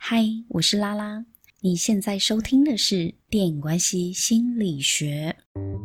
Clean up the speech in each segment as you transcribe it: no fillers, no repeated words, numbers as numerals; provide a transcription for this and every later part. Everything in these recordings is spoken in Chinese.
嗨，我是拉拉，你现在收听的是电影关系心理学。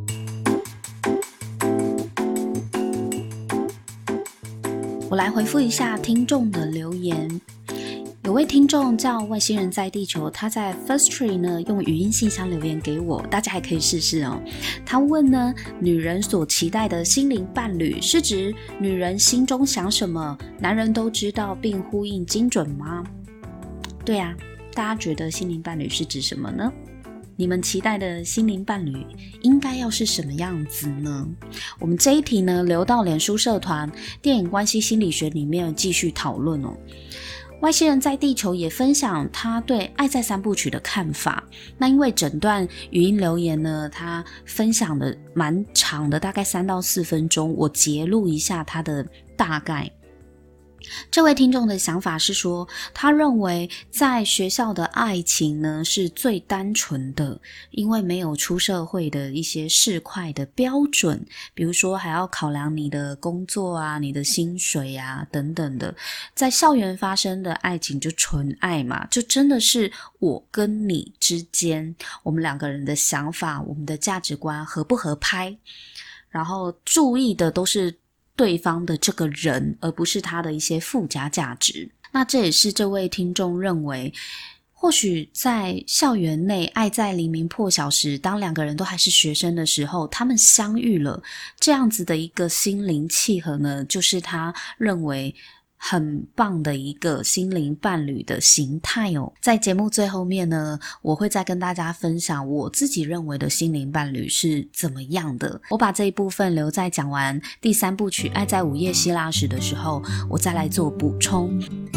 我来回复一下听众的留言。有位听众叫外星人在地球，他在 Firstory 呢用语音信箱留言给我，大家还可以试试哦。他问呢，女人所期待的心灵伴侣是指女人心中想什么，男人都知道并呼应精准吗？对啊，大家觉得心灵伴侣是指什么呢？你们期待的心灵伴侣应该要是什么样子呢？我们这一题呢留到脸书社团电影关系心理学里面继续讨论哦。外星人在地球也分享他对爱在三部曲的看法。那因为整段语音留言呢，他分享的蛮长的，大概3到4分钟，我截录一下他的大概。这位听众的想法是说，他认为在学校的爱情呢是最单纯的，因为没有出社会的一些市侩的标准，比如说还要考量你的工作啊、你的薪水啊等等的。在校园发生的爱情就纯爱嘛，就真的是我跟你之间，我们两个人的想法、我们的价值观合不合拍，然后注意的都是对方的这个人，而不是他的一些附加价值。那这也是这位听众认为，或许在校园内爱在黎明破晓时，当两个人都还是学生的时候，他们相遇了，这样子的一个心灵契合呢，就是他认为很棒的一个心灵伴侣的形态哦。在节目最后面呢，我会再跟大家分享我自己认为的心灵伴侣是怎么样的。我把这一部分留在讲完第3部曲《爱在午夜希腊时》的时候，我再来做补充。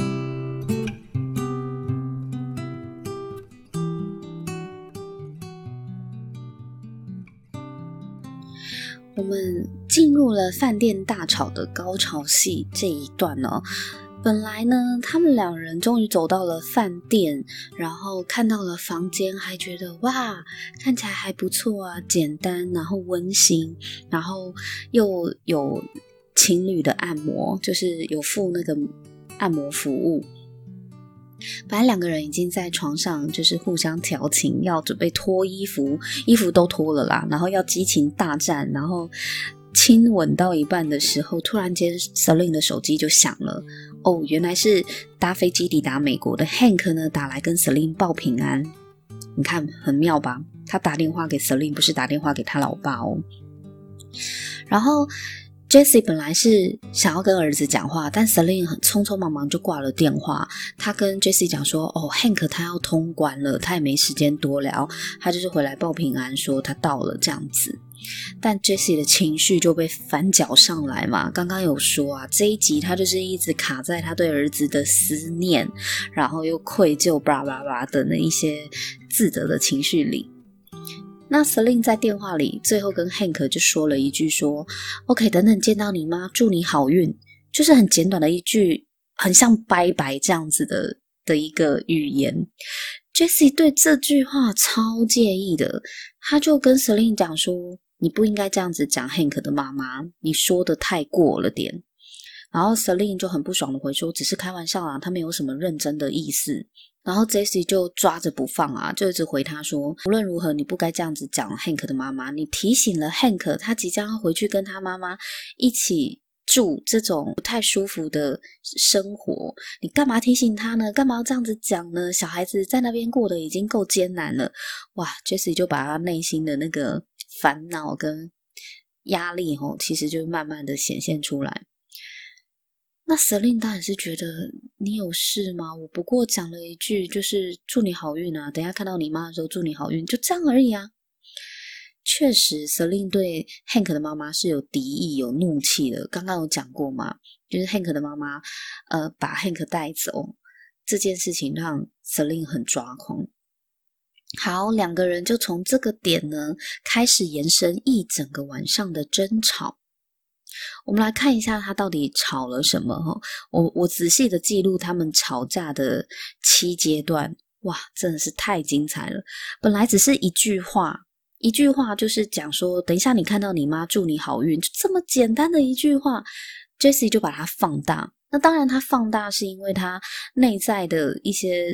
我们进入了饭店大吵的高潮戏这一段哦。本来呢，他们两人终于走到了饭店，然后看到了房间，还觉得哇，看起来还不错啊，简单，然后温馨，然后又有情侣的按摩，就是有附那个按摩服务。本来两个人已经在床上就是互相调情，要准备脱衣服，衣服都脱了啦，然后要激情大战，然后亲吻到一半的时候，突然间 Celine 的手机就响了。哦，原来是搭飞机抵达美国的 Hank 呢打来跟 Celine 报平安。你看很妙吧，他打电话给 Celine 不是打电话给他老爸哦。然后Jessie 本来是想要跟儿子讲话，但 Celine 很匆匆忙忙就挂了电话。他跟 Jessie 讲说Hank 他要通关了，他也没时间多聊，他就是回来报平安说他到了这样子。但 Jessie 的情绪就被反搅上来嘛，刚刚有说啊，这一集他就是一直卡在他对儿子的思念，然后又愧疚叭叭叭的那一些自责的情绪里。那 Celine 在电话里最后跟 Hank 就说了一句说 OK 等等见到你妈祝你好运，就是很简短的一句，很像拜拜这样子的一个语言。Jessie 对这句话超介意的，他就跟 Celine 讲说，你不应该这样子讲 Hank 的妈妈，你说的太过了点。然后 Celine 就很不爽的回说，只是开玩笑啦，他没有什么认真的意思。然后 Jessie 就抓着不放啊，就一直回他说，无论如何你不该这样子讲 Hank 的妈妈，你提醒了 Hank 他即将要回去跟他妈妈一起住这种不太舒服的生活，你干嘛提醒他呢？干嘛要这样子讲呢？小孩子在那边过得已经够艰难了。哇， Jessie 就把他内心的那个烦恼跟压力其实就慢慢的显现出来。那 Celine 当然是觉得你有事吗？我不过讲了一句就是祝你好运啊，等一下看到你妈的时候祝你好运，就这样而已啊。确实 Celine 对 Hank 的妈妈是有敌意有怒气的，刚刚有讲过嘛，就是 Hank 的妈妈把 Hank 带走这件事情让 Celine 很抓狂。好，两个人就从这个点呢开始延伸一整个晚上的争吵。我们来看一下他到底吵了什么我仔细的记录他们吵架的7阶段，哇，真的是太精彩了。本来只是一句话就是讲说等一下你看到你妈祝你好运，就这么简单的一句话， Jessie 就把它放大。那当然他放大是因为他内在的一些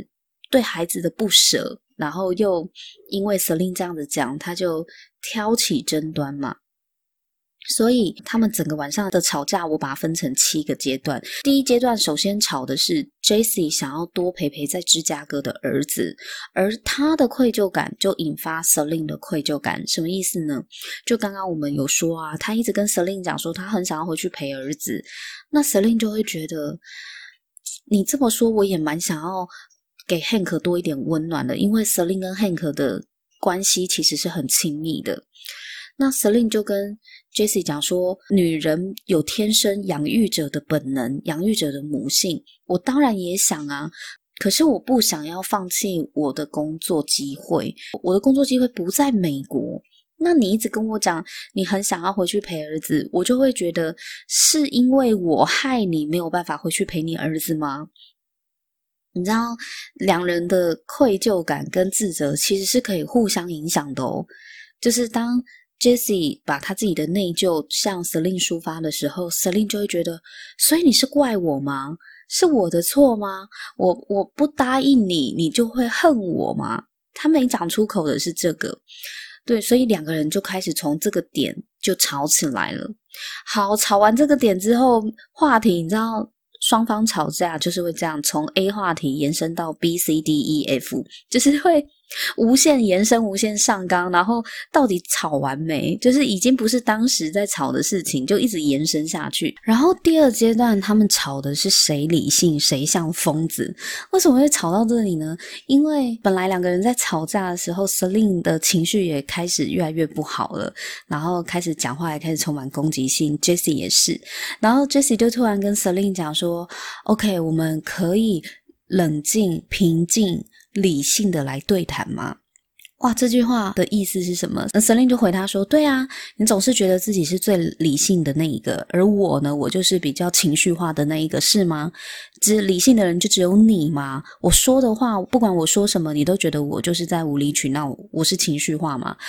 对孩子的不舍，然后又因为 Celine 这样子讲，他就挑起争端嘛。所以他们整个晚上的吵架，我把它分成7个阶段。第一阶段首先吵的是 Jessie 想要多陪陪在芝加哥的儿子，而他的愧疚感就引发 Celine 的愧疚感。什么意思呢？就刚刚我们有说啊，他一直跟 Celine 讲说他很想要回去陪儿子，那 Celine 就会觉得你这么说我也蛮想要给 Hank 多一点温暖的，因为 Celine 跟 Hank 的关系其实是很亲密的。那 Celine 就跟 Jessie 讲说，女人有天生养育者的本能，养育者的母性，我当然也想啊，可是我不想要放弃我的工作机会，我的工作机会不在美国。那你一直跟我讲你很想要回去陪儿子，我就会觉得是因为我害你没有办法回去陪你儿子吗？你知道两人的愧疚感跟自责其实是可以互相影响的哦。就是当 Jessie 把她自己的内疚向 Celine 抒发的时候， Celine 就会觉得，所以你是怪我吗？是我的错吗？我不答应你，你就会恨我吗？他没讲出口的是这个。对，所以两个人就开始从这个点就吵起来了。好，吵完这个点之后，话题你知道双方吵架就是会这样，从 A 话题延伸到 B、C、D、E、F， 就是会无限延伸无限上纲，然后到底吵完没，就是已经不是当时在吵的事情，就一直延伸下去。然后第二阶段他们吵的是谁理性谁像疯子。为什么会吵到这里呢？因为本来两个人在吵架的时候， Celine 的情绪也开始越来越不好了，然后开始讲话也开始充满攻击性， Jessie 也是。然后 Jessie 就突然跟 Celine 讲说， OK， 我们可以冷静平静理性的来对谈吗？哇，这句话的意思是什么？那 Celine 就回他说，对啊，你总是觉得自己是最理性的那一个，而我呢，我就是比较情绪化的那一个，是吗？理性的人就只有你吗？我说的话，不管我说什么，你都觉得我就是在无理取闹，我是情绪化吗？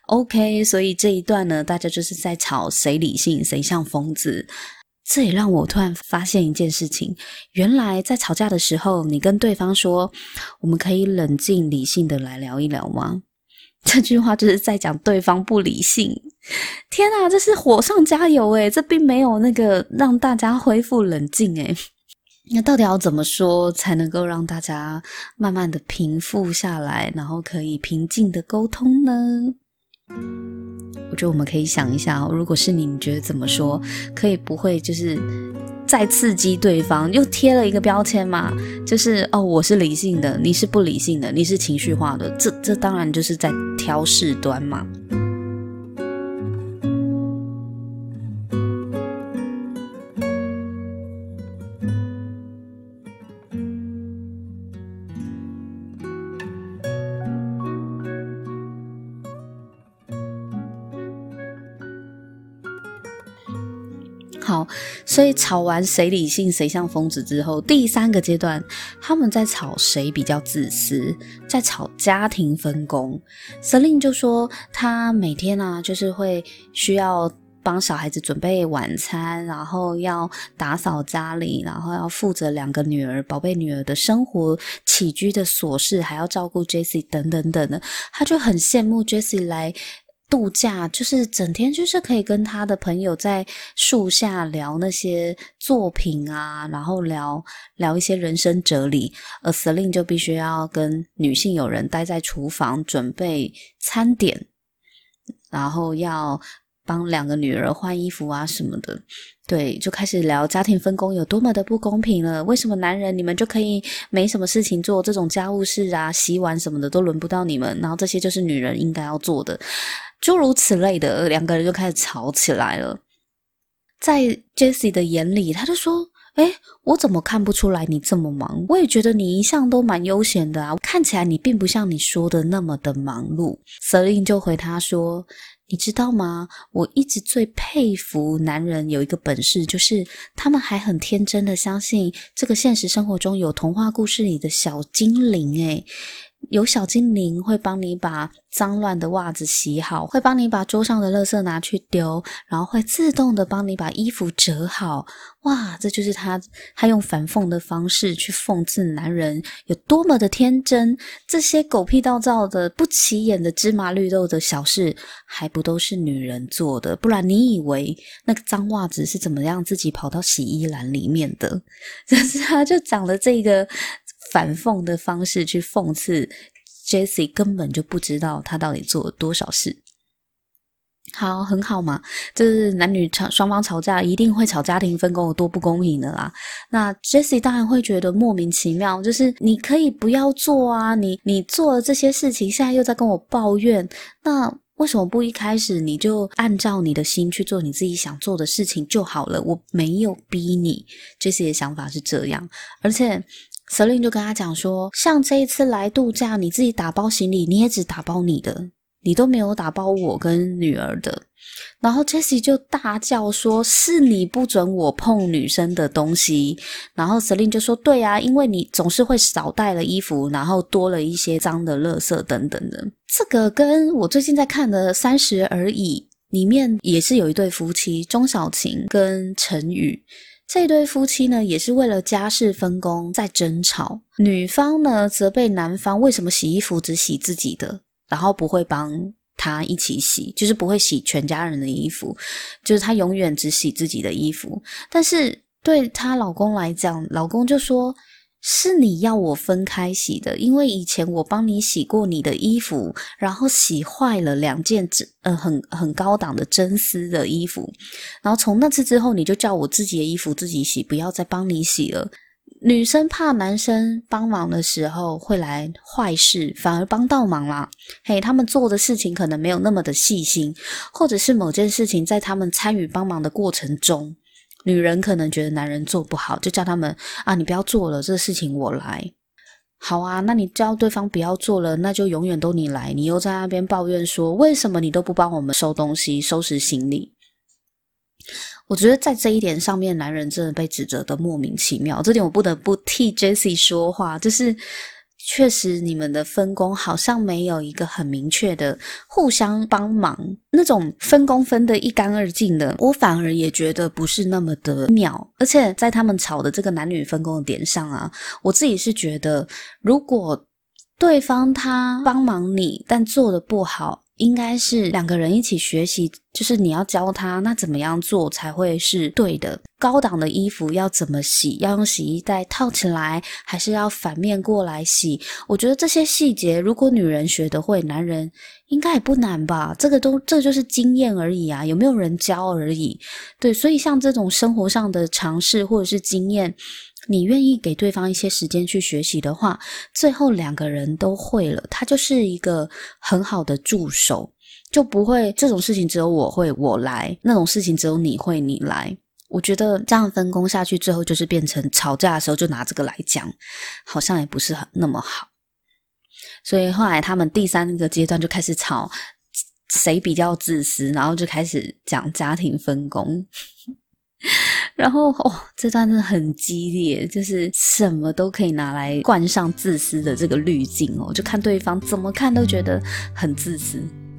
OK， 所以这一段呢，大家就是在吵谁理性谁像疯子。这也让我突然发现一件事情，原来在吵架的时候，你跟对方说，我们可以冷静理性的来聊一聊吗？这句话就是在讲对方不理性。天啊，这是火上加油诶，这并没有那个让大家恢复冷静诶。那到底要怎么说才能够让大家慢慢的平复下来，然后可以平静的沟通呢？我觉得我们可以想一下，如果是你觉得怎么说可以不会就是再刺激对方，又贴了一个标签嘛，就是我是理性的，你是不理性的，你是情绪化的，这当然就是在挑事端嘛。好，所以吵完谁理性谁像疯子之后，第3个阶段他们在吵谁比较自私，在吵家庭分工。 Celine 就说他每天啊就是会需要帮小孩子准备晚餐，然后要打扫家里，然后要负责2个女儿宝贝女儿的生活起居的琐事，还要照顾 Jessie 等等等的。他就很羡慕 Jessie 来度假，就是整天就是可以跟他的朋友在树下聊那些作品啊，然后聊一些人生哲理，而 Celine 就必须要跟女性友人待在厨房准备餐点，然后要帮2个女儿换衣服啊什么的。对，就开始聊家庭分工有多么的不公平了，为什么男人你们就可以没什么事情做，这种家务事啊洗碗什么的都轮不到你们，然后这些就是女人应该要做的，诸如此类的。2个人就开始吵起来了。在 Jessie 的眼里，他就说，我怎么看不出来你这么忙？我也觉得你一向都蛮悠闲的啊，看起来你并不像你说的那么的忙碌。 Celine 就回他说，你知道吗？我一直最佩服男人有一个本事，就是他们还很天真的相信这个现实生活中有童话故事里的小精灵。 有小精灵会帮你把脏乱的袜子洗好，会帮你把桌上的垃圾拿去丢，然后会自动的帮你把衣服折好。哇，这就是他用反讽的方式去讽刺男人有多么的天真，这些狗屁倒灶的不起眼的芝麻绿豆的小事还不都是女人做的，不然你以为那个脏袜子是怎么样自己跑到洗衣篮里面的？就是他就讲了这个反讽的方式去讽刺 Jessie 根本就不知道他到底做了多少事。好，很好嘛，就是男女双方吵架一定会吵家庭分工有多不公平的啦。那 Jessie 当然会觉得莫名其妙，就是你可以不要做啊，你做了这些事情现在又在跟我抱怨，那为什么不一开始你就按照你的心去做你自己想做的事情就好了，我没有逼你。 Jessie 的想法是这样，而且Celine 就跟他讲说，像这一次来度假你自己打包行李，你也只打包你的，你都没有打包我跟女儿的。然后 Jessie 就大叫说，是你不准我碰女生的东西。然后 Celine 就说，对啊，因为你总是会少带了衣服，然后多了一些脏的垃圾等等的。这个跟我最近在看的30而已里面也是有一对夫妻，钟小琴跟陈宇，这对夫妻呢也是为了家事分工在争吵，女方呢责备男方为什么洗衣服只洗自己的，然后不会帮他一起洗，就是不会洗全家人的衣服，就是他永远只洗自己的衣服。但是对她老公来讲，老公就说，是你要我分开洗的，因为以前我帮你洗过你的衣服，然后洗坏了2件很高档的真丝的衣服，然后从那次之后你就叫我自己的衣服自己洗，不要再帮你洗了。女生怕男生帮忙的时候会来坏事，反而帮倒忙啦。他们做的事情可能没有那么的细心，或者是某件事情在他们参与帮忙的过程中，女人可能觉得男人做不好，就叫他们啊，你不要做了，这事情我来。好啊，那你叫对方不要做了，那就永远都你来，你又在那边抱怨说，为什么你都不帮我们收东西收拾行李。我觉得在这一点上面，男人真的被指责的莫名其妙，这点我不得不替 Jessie 说话，就是确实你们的分工好像没有一个很明确的互相帮忙，那种分工分得一干二净的，我反而也觉得不是那么的妙。而且在他们吵的这个男女分工的点上啊，我自己是觉得，如果对方他帮忙你但做得不好，应该是2个人一起学习，就是你要教他那怎么样做才会是对的。高档的衣服要怎么洗，要用洗衣袋套起来还是要反面过来洗，我觉得这些细节如果女人学得会，男人应该也不难吧，这就是经验而已啊，有没有人教而已。对，所以像这种生活上的尝试或者是经验，你愿意给对方一些时间去学习的话，最后2个人都会了，他就是一个很好的助手，就不会这种事情只有我会我来，那种事情只有你会你来。我觉得这样分工下去，最后就是变成吵架的时候就拿这个来讲，好像也不是那么好。所以后来他们第3个阶段就开始吵谁比较自私，然后就开始讲家庭分工。然后这段真的很激烈，就是什么都可以拿来冠上自私的这个滤镜就看对方怎么看都觉得很自私。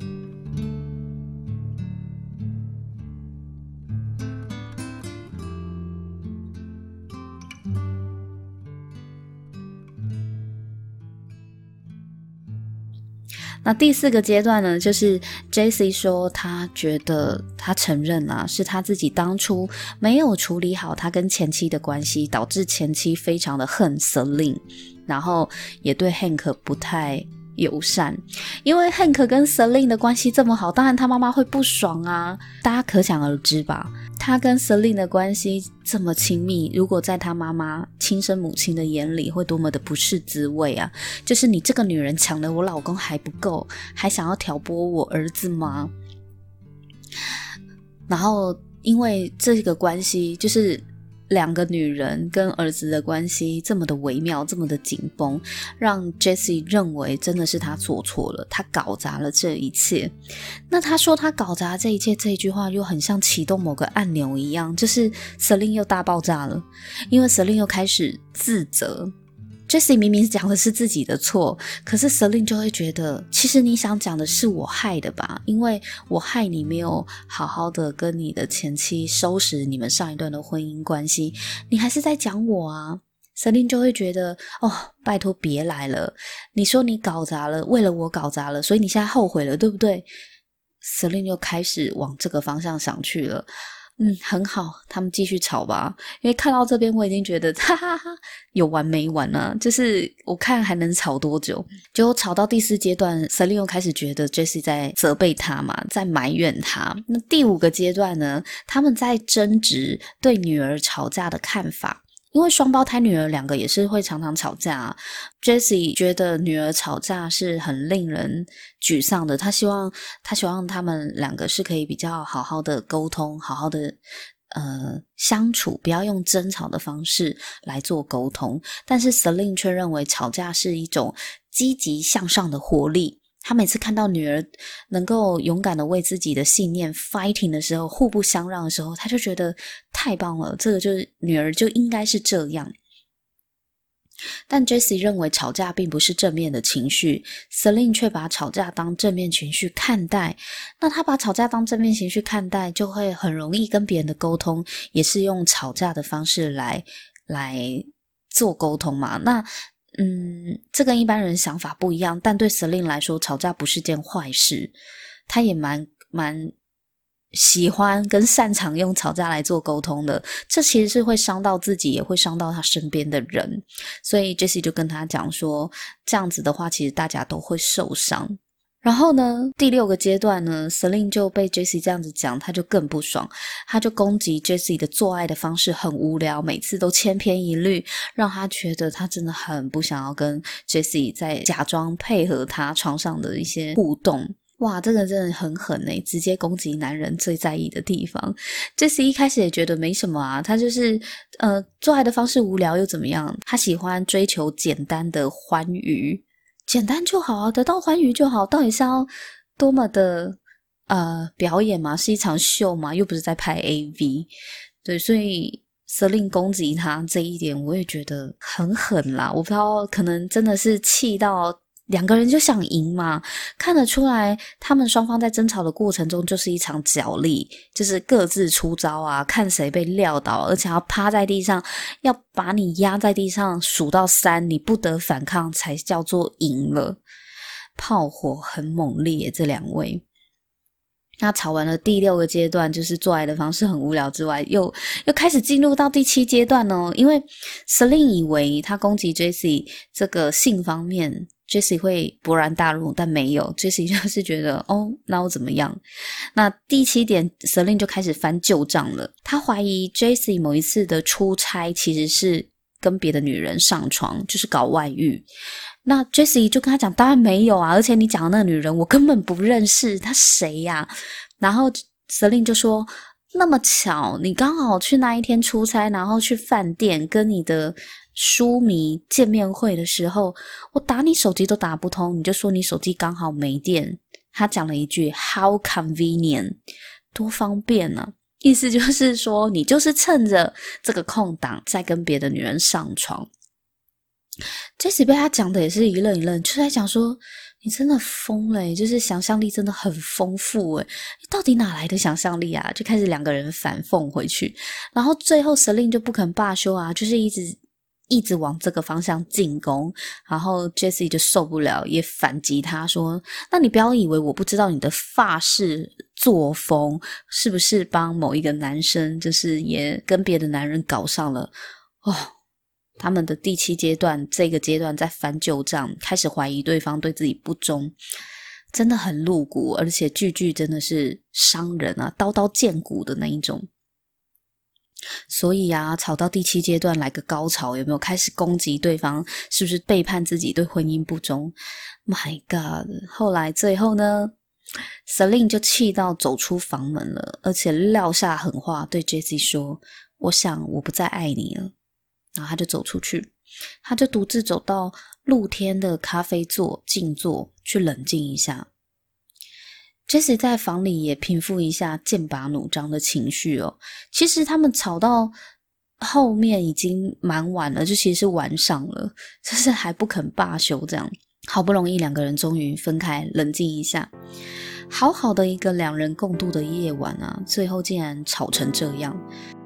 那第4个阶段呢，就是 Jessie 说她觉得她承认啊，是她自己当初没有处理好她跟前妻的关系，导致前妻非常的恨 Celine， 然后也对 Hank 不太友善。因为 Hank 跟 Celine 的关系这么好，当然他妈妈会不爽啊，大家可想而知吧。他跟 Celine 的关系这么亲密，如果在他妈妈亲生母亲的眼里会多么的不是滋味啊，就是你这个女人抢了我老公还不够，还想要挑拨我儿子吗？然后因为这个关系，就是2个女人跟儿子的关系这么的微妙，这么的紧绷，让 Jessie 认为真的是她做错了，她搞砸了这一切。那她说她搞砸这一切这一句话又很像启动某个按钮一样，就是 Celine 又大爆炸了，因为 Celine 又开始自责， Jessie 明明讲的是自己的错，可是 Celine 就会觉得其实你想讲的是我害的吧，因为我害你没有好好的跟你的前妻收拾你们上一段的婚姻关系，你还是在讲我啊。Celine 就会觉得拜托别来了，你说你搞砸了，为了我搞砸了，所以你现在后悔了对不对？ Celine 又开始往这个方向想去了。很好，他们继续吵吧，因为看到这边我已经觉得哈哈哈有完没完啊，就是我看还能吵多久。结果吵到第4阶段 Celine 又开始觉得 Jessie 在责备他嘛，在埋怨他。那第5个阶段呢，他们在争执对女儿吵架的看法，因为双胞胎女儿2个也是会常常吵架啊。Jessie 觉得女儿吵架是很令人沮丧的，她希望他们2个是可以比较好好的沟通，好好的相处，不要用争吵的方式来做沟通。但是 Celine 却认为吵架是一种积极向上的活力，他每次看到女儿能够勇敢的为自己的信念 fighting 的时候，互不相让的时候，他就觉得太棒了，这个就是女儿就应该是这样。但 Jessie 认为吵架并不是正面的情绪， Celine 却把吵架当正面情绪看待。那他把吵架当正面情绪看待，就会很容易跟别人的沟通也是用吵架的方式来做沟通嘛。那这跟一般人想法不一样，但对 Celine 来说吵架不是件坏事，他也蛮喜欢跟擅长用吵架来做沟通的，这其实是会伤到自己，也会伤到他身边的人。所以 Jessie 就跟他讲说，这样子的话其实大家都会受伤。然后呢，第6个阶段呢， Celine 就被 Jessie 这样子讲，他就更不爽，他就攻击 Jessie 的做爱的方式很无聊，每次都千篇一律，让他觉得他真的很不想要跟 Jessie 在假装配合他床上的一些互动。哇，这个真的很狠欸，直接攻击男人最在意的地方。Jessie 一开始也觉得没什么啊，他就是做爱的方式无聊又怎么样，他喜欢追求简单的欢愉，简单就好啊，得到欢愉就好，到底是要多么的表演吗？是一场秀吗？又不是在拍 AV。 对，所以 Celine 攻击他这一点我也觉得很狠啦，我不知道可能真的是气到2个人就想赢嘛，看得出来他们双方在争吵的过程中就是一场角力，就是各自出招啊，看谁被撂倒，而且要趴在地上，要把你压在地上数到3，你不得反抗才叫做赢了。炮火很猛烈这2位。那吵完了第6个阶段，就是做爱的方式很无聊之外，又开始进入到第7阶段哦。因为 Celine 以为他攻击 Jessie 这个性方面 Jessie 会勃然大怒，但没有， Jessie 就是觉得那我怎么样。那第7点 Celine 就开始翻旧账了，他怀疑 Jessie 某一次的出差其实是跟别的女人上床，就是搞外遇。那 Jessie 就跟他讲，当然没有啊，而且你讲的那个女人我根本不认识，她谁呀？然后 Celine 就说，那么巧你刚好去那一天出差，然后去饭店跟你的书迷见面会的时候，我打你手机都打不通，你就说你手机刚好没电。他讲了一句 How convenient， 多方便啊，意思就是说你就是趁着这个空档再跟别的女人上床。Jessie 被他讲的也是一愣一愣，就在讲说你真的疯了耶，就是想象力真的很丰富耶，你到底哪来的想象力啊？就开始2个人反讽回去，然后最后 Celine 就不肯罢休啊，就是一直往这个方向进攻，然后 Jessie 就受不了，也反击他说，那你不要以为我不知道你的法式作风是不是帮某一个男生就是也跟别的男人搞上了他们的第7阶段，这个阶段在翻旧账，开始怀疑对方对自己不忠，真的很露骨，而且句真的是伤人啊，刀刀见骨的那一种。所以啊，吵到第7阶段来个高潮，有没有开始攻击对方是不是背叛自己，对婚姻不忠。 My God， 后来最后呢 Celine 就气到走出房门了，而且撂下狠话对 Jessie 说，我想我不再爱你了。然后他就走出去，他就独自走到露天的咖啡座静坐，去冷静一下。Jessie 在房里也平复一下剑拔弩张的情绪哦。其实他们吵到后面已经蛮晚了，就其实是晚上了，就是还不肯罢休这样。好不容易两个人终于分开冷静一下，好好的一个两人共度的夜晚啊，最后竟然吵成这样。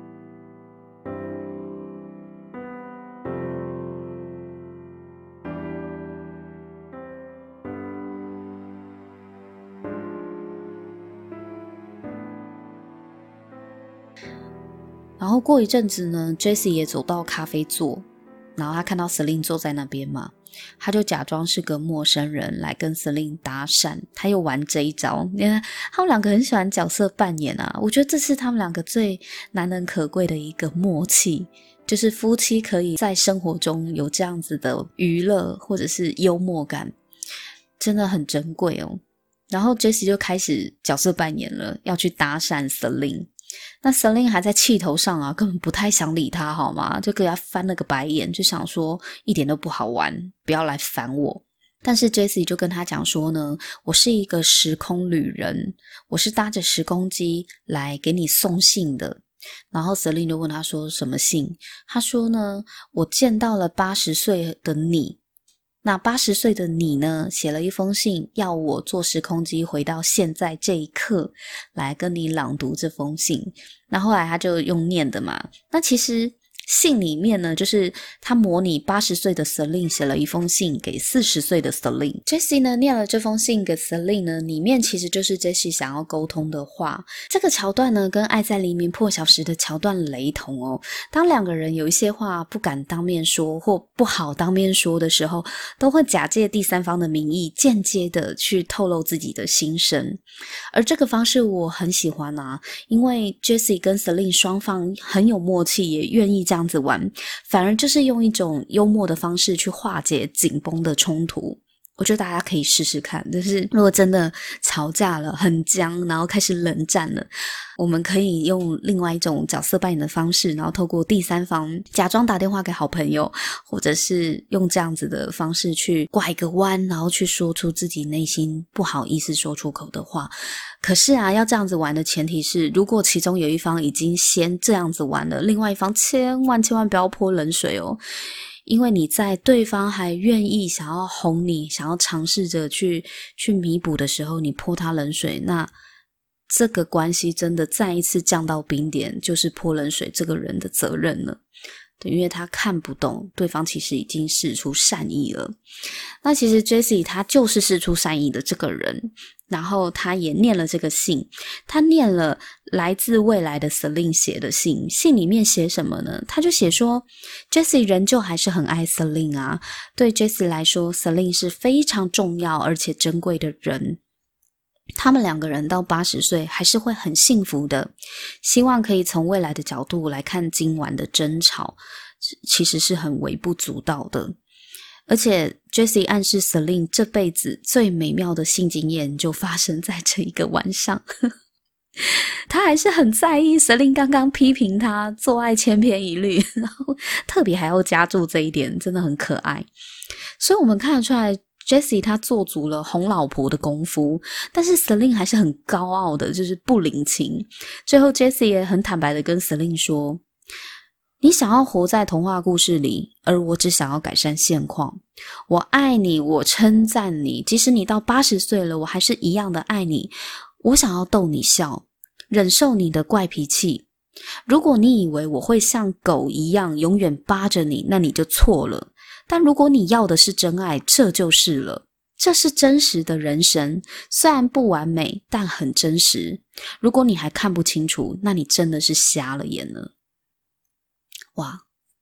然后过一阵子呢 Jessie 也走到咖啡座，然后他看到 Celine 坐在那边嘛，他就假装是个陌生人来跟 Celine 搭讪，他又玩这一招。因为他们两个很喜欢角色扮演啊，我觉得这是他们两个最难能可贵的一个默契，就是夫妻可以在生活中有这样子的娱乐或者是幽默感，真的很珍贵哦。然后 Jessie 就开始角色扮演了，要去搭讪 Celine。那 Celine 还在气头上啊，根本不太想理他好吗？就给他翻了个白眼，就想说一点都不好玩，不要来烦我。但是 Jessie 就跟他讲说呢，我是一个时空旅人，我是搭着时空机来给你送信的。然后 Celine 就问他说什么信，他说呢，我见到了80岁的你，那80岁的你呢，写了一封信，要我坐时空机回到现在这一刻来跟你朗读这封信。那后来他就用念的嘛，那其实信里面呢，就是他模拟80岁的 Celine 写了一封信给40岁的 Celine。 Jessie 呢念了这封信给 Celine 呢，里面其实就是 Jessie 想要沟通的话。这个桥段呢跟爱在黎明破晓时的桥段雷同哦。当两个人有一些话不敢当面说或不好当面说的时候，都会假借第三方的名义，间接的去透露自己的心声。而这个方式我很喜欢啊，因为 Jessie 跟 Celine 双方很有默契，也愿意这样子玩，反而就是用一种幽默的方式去化解紧绷的冲突。我觉得大家可以试试看，就是如果真的吵架了很僵，然后开始冷战了，我们可以用另外一种角色扮演的方式，然后透过第三方假装打电话给好朋友，或者是用这样子的方式去拐个弯，然后去说出自己内心不好意思说出口的话。可是啊，要这样子玩的前提是，如果其中有一方已经先这样子玩了，另外一方千万不要泼冷水哦。因为你在对方还愿意想要哄你，想要尝试着去弥补的时候，你泼他冷水，那这个关系真的再一次降到冰点，就是泼冷水这个人的责任了。对，因为他看不懂对方其实已经释出善意了。那其实 Jessie 他就是释出善意的这个人，然后他也念了这个信，他念了来自未来的 Celine 写的信。信里面写什么呢？他就写说 Jessie 仍旧还是很爱 Celine 啊，对 Jessie 来说 Celine 是非常重要而且珍贵的人，他们两个人到80岁还是会很幸福的，希望可以从未来的角度来看今晚的争吵其实是很微不足道的。而且 Jessie 暗示 Celine 这辈子最美妙的性经验就发生在这一个晚上他还是很在意 Celine 刚刚批评他做爱千篇一律，然后特别还要加注这一点，真的很可爱。所以我们看得出来Jessie 她做足了哄老婆的功夫，但是 Celine 还是很高傲的，就是不领情。最后 Jessie 也很坦白的跟 Celine 说，你想要活在童话故事里，而我只想要改善现况。我爱你，我称赞你，即使你到80岁了，我还是一样的爱你。我想要逗你笑，忍受你的怪脾气。如果你以为我会像狗一样永远扒着你，那你就错了。但如果你要的是真爱，这就是了。这是真实的人生，虽然不完美，但很真实。如果你还看不清楚，那你真的是瞎了眼了。哇，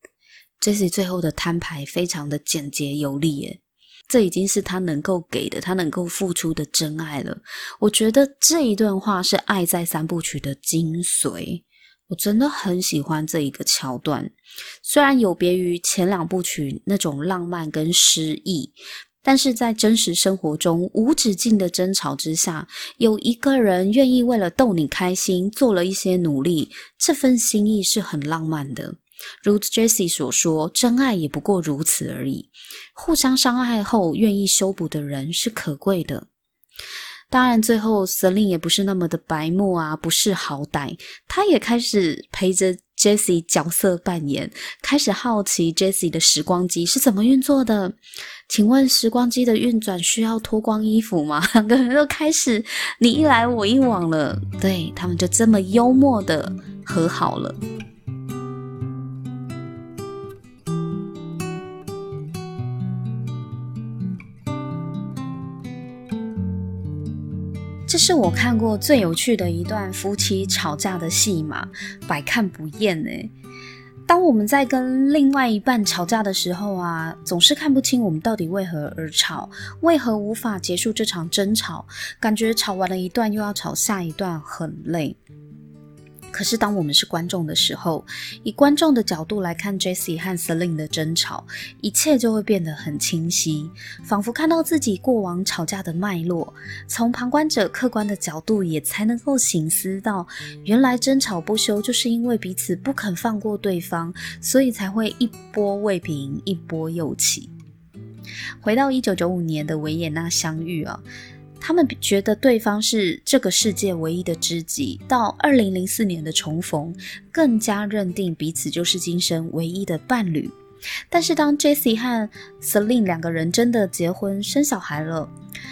Jessie 最后的摊牌非常的简洁有力耶，这已经是他能够给的，他能够付出的真爱了。我觉得这一段话是爱在三部曲的精髓，我真的很喜欢这一个桥段。虽然有别于前2部曲那种浪漫跟诗意，但是在真实生活中无止境的争吵之下，有一个人愿意为了逗你开心做了一些努力，这份心意是很浪漫的。如 Jessie 所说，真爱也不过如此而已。互相伤害后愿意修补的人是可贵的。 当然最后 Celine 也不是那么的白目啊，不识好歹，他也开始陪着 Jessie 角色扮演，开始好奇 Jessie 的时光机是怎么运作的。请问时光机的运转需要脱光衣服吗？两个人都开始你一来我一往了，对，他们就这么幽默的和好了。这是我看过最有趣的一段夫妻吵架的戏码，百看不厌耶。当我们在跟另外一半吵架的时候啊，总是看不清我们到底为何而吵，为何无法结束这场争吵，感觉吵完了一段又要吵下一段，很累。可是当我们是观众的时候，以观众的角度来看 Jessie 和 Celine 的争吵，一切就会变得很清晰，仿佛看到自己过往吵架的脉络，从旁观者客观的角度也才能够省思到，原来争吵不休就是因为彼此不肯放过对方，所以才会一波未平一波又起。回到1995年的维也纳相遇啊，他们觉得对方是这个世界唯一的知己，到2004年的重逢，更加认定彼此就是今生唯一的伴侣。但是当 Jessie 和 Celine 两个人真的结婚生小孩了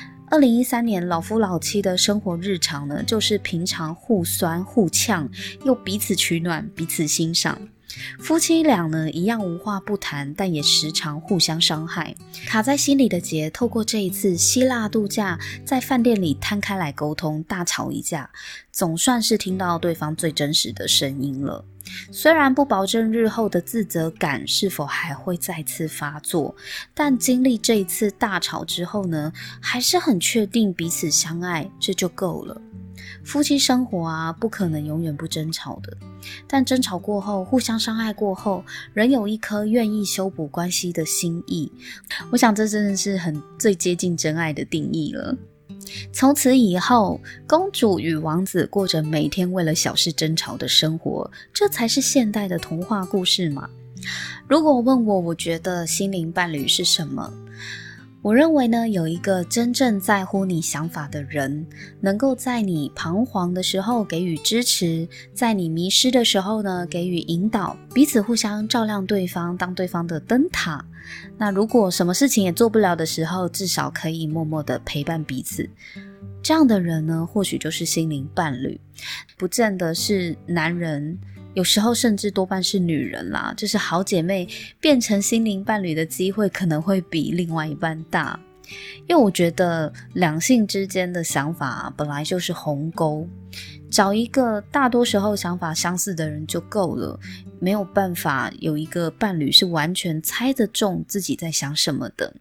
，2013年老夫老妻的生活日常呢，就是平常互酸互呛，又彼此取暖彼此欣赏。夫妻俩呢一样无话不谈，但也时常互相伤害。卡在心里的结，透过这一次希腊度假，在饭店里摊开来沟通，大吵一架，总算是听到对方最真实的声音了。虽然不保证日后的自责感是否还会再次发作，但经历这一次大吵之后呢，还是很确定彼此相爱，这就够了。夫妻生活啊，不可能永远不争吵的，但争吵过后，互相伤害过后，仍有一颗愿意修补关系的心意，我想这真的是最接近真爱的定义了。从此以后，公主与王子过着每天为了小事争吵的生活，这才是现代的童话故事嘛。如果问我觉得心灵伴侣是什么？我认为呢，有一个真正在乎你想法的人，能够在你彷徨的时候给予支持，在你迷失的时候呢给予引导，彼此互相照亮对方，当对方的灯塔。那如果什么事情也做不了的时候，至少可以默默的陪伴彼此。这样的人呢，或许就是心灵伴侣，不见得是男人，有时候甚至多半是女人啦，就是好姐妹变成心灵伴侣的机会可能会比另外一半大。因为我觉得两性之间的想法本来就是鸿沟，找一个大多时候想法相似的人就够了，没有办法有一个伴侣是完全猜得中自己在想什么的。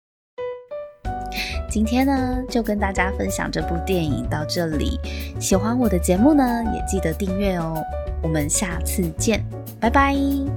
今天呢，就跟大家分享这部电影到这里。喜欢我的节目呢，也记得订阅哦。我们下次见，拜拜。